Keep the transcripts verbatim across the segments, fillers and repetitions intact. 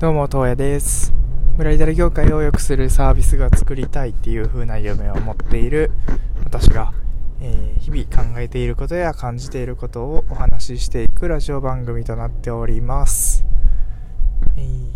どうも、東野です。ブライダル業界を良くするサービスが作りたいっていう風な夢を持っている私が、えー、日々考えていることや感じていることをお話ししていくラジオ番組となっております。えー、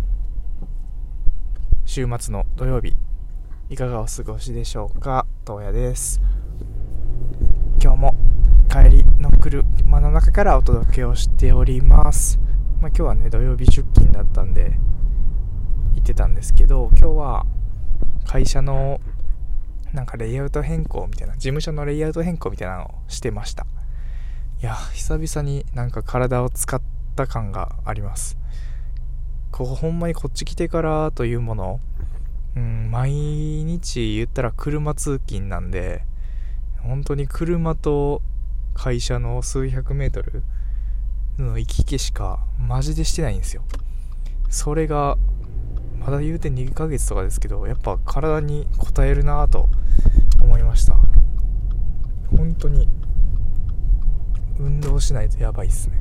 週末の土曜日、いかがお過ごしでしょうか。東野です。今日も帰りの車の中からお届けをしております。まあ、今日はね土曜日出勤だったんで行ってたんですけど、今日は会社のなんかレイアウト変更みたいな、事務所のレイアウト変更みたいなのをしてました。いや久々になんか体を使った感があります。こうほんまにこっち来てからというもの、うん、毎日言ったら車通勤なんで、本当に車と会社の数百メートルの行き来しかマジでしてないんですよ。それがまだ言うてにかげつとかですけど、やっぱ体に応えるなぁと思いました。本当に運動しないとやばいっすね。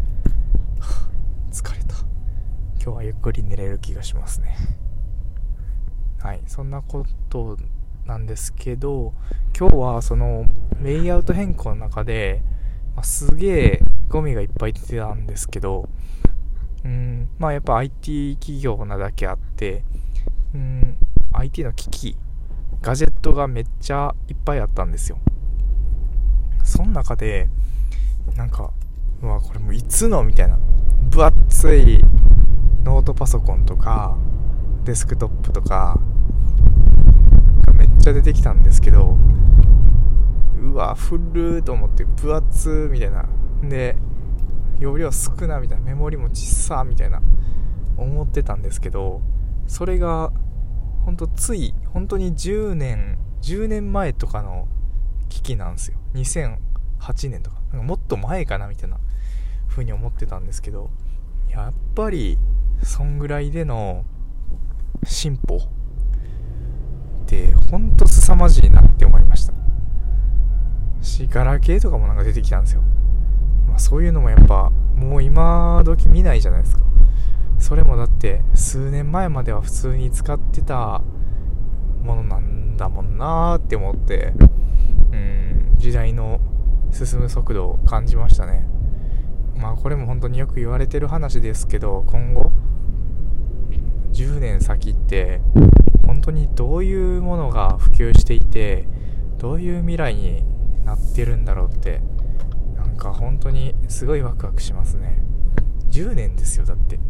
疲れた。今日はゆっくり寝れる気がしますね。はい、そんなことなんですけど、今日はそのレイアウト変更の中で、まあ、すげえゴミがいっぱい出てたんですけど、うーんまあやっぱ アイティー 企業なだけあって、うーん アイティー の機器ガジェットがめっちゃいっぱいあったんですよ。その中でなんかうわこれもういつのみたいな分厚いノートパソコンとかデスクトップとかがめっちゃ出てきたんですけど、うわフルーと思って、分厚みたいなで容量少なみたいな、メモリも小さみたいな思ってたんですけど、それがほんとつい本当にじゅうねんじゅうねんまえとかの機器なんですよ。にせんはちねんとか、なんかもっと前かなみたいな風に思ってたんですけど、やっぱりそんぐらいでの進歩ってほんと凄まじいなって思いましたし、ガラケーとかもなんか出てきたんですよ。まあ、そういうのもやっぱもう今時見ないじゃないですか。それもだって数年前までは普通に使ってたものなんだもんなーって思って、うーん時代の進む速度を感じましたね。まあこれも本当によく言われてる話ですけど、今後じゅうねん先って本当にどういうものが普及していて、どういう未来になってるんだろうって、なんか本当にすごいワクワクしますね。じゅうねんですよ。だって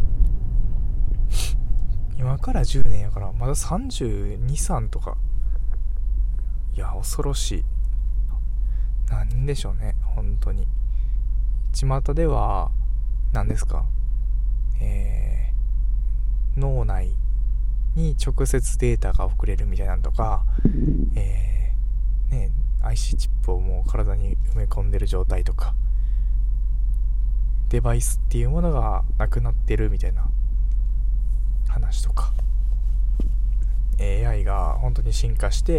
今からじゅうねんやからまださんじゅうに、さんとか。いや恐ろしい。なんでしょうね本当に。巷では何ですか、えー、脳内に直接データが送れるみたいなのとか、えー、ねアイシー チップをもう体に埋め込んでる状態とか、デバイスっていうものがなくなってるみたいな話とか、 エーアイ が本当に進化して、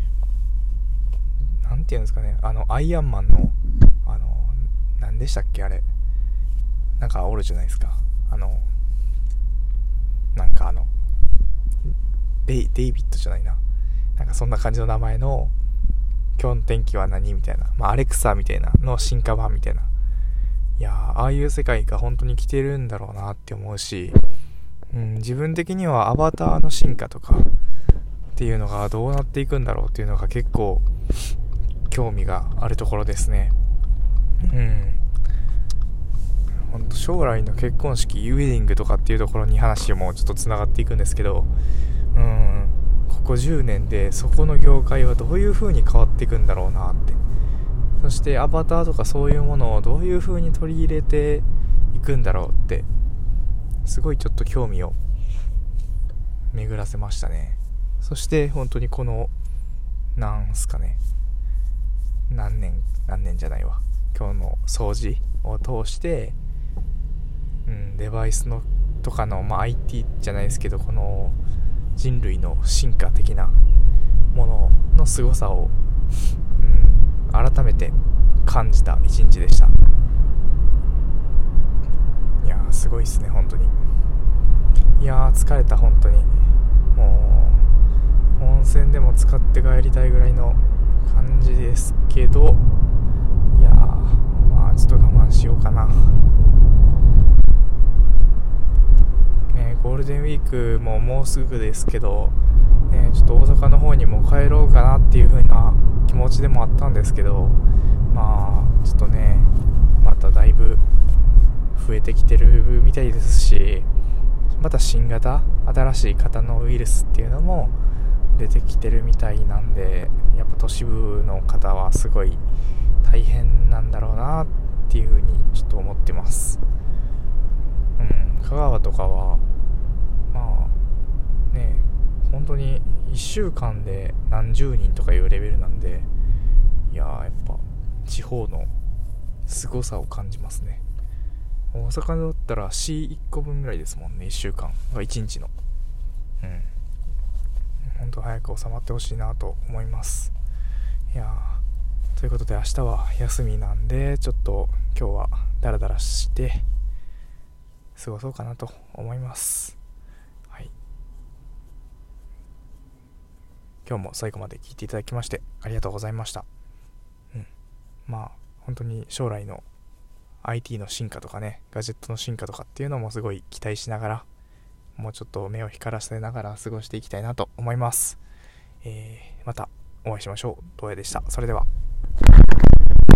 なんていうんですかね、あのアイアンマンのあの何でしたっけあれ、なんかおるじゃないですか、あのなんかあのデイ、デイビッドじゃないな、なんかそんな感じの名前の今日の天気は何みたいな、まあアレクサみたいなの進化版みたいな、いやーああいう世界が本当に来てるんだろうなって思うし、うん、自分的にはアバターの進化とかっていうのがどうなっていくんだろうっていうのが結構興味があるところですね。うん本当将来の結婚式、ウェディングとかっていうところに話もちょっとつながっていくんですけど、うんここじゅうねんでそこの業界はどういう風に変わっていくんだろうなって、そしてアバターとかそういうものをどういう風に取り入れていくんだろうって、すごいちょっと興味を巡らせましたね。そして本当にこのなんすかね何年何年じゃないわ今日の掃除を通して、うん、デバイスのとかの、まあ、アイティー じゃないですけど、この人類の進化的なものの凄さを、うん、改めて感じた一日でした。いやーすごいですね本当に。 いやー疲れた本当に。もう温泉でも使って帰りたいぐらいの感じですけど、いやーまあちょっと我慢しようかな、ね、ゴールデンウィークももうすぐですけど、ね、ちょっと大阪の方にも帰ろうかなっていう風な気持ちでもあったんですけど、まあちょっとねまただいぶ増えてきてるみたいですし、また新型新しい型のウイルスっていうのも出てきてるみたいなんで、やっぱ都市部の方はすごい大変なんだろうなっていう風にちょっと思ってます。うん、香川とかはまあね本当にいっしゅうかんで何十人とかいうレベルなんで、いやーやっぱ地方の凄さを感じますね。大阪だったら シーいっこぶんぐらいですもんね、いっしゅうかんがいちにちの。うん本当早く収まってほしいなと思います。いやーということで明日は休みなんで、ちょっと今日はダラダラして過ごそうかなと思います。はい、今日も最後まで聞いていただきましてありがとうございました。うん、まあ本当に将来の アイティー の進化とかね、ガジェットの進化とかっていうのもすごい期待しながら、もうちょっと目を光らせながら過ごしていきたいなと思います。えー、またお会いしましょう。東野でした。それでは。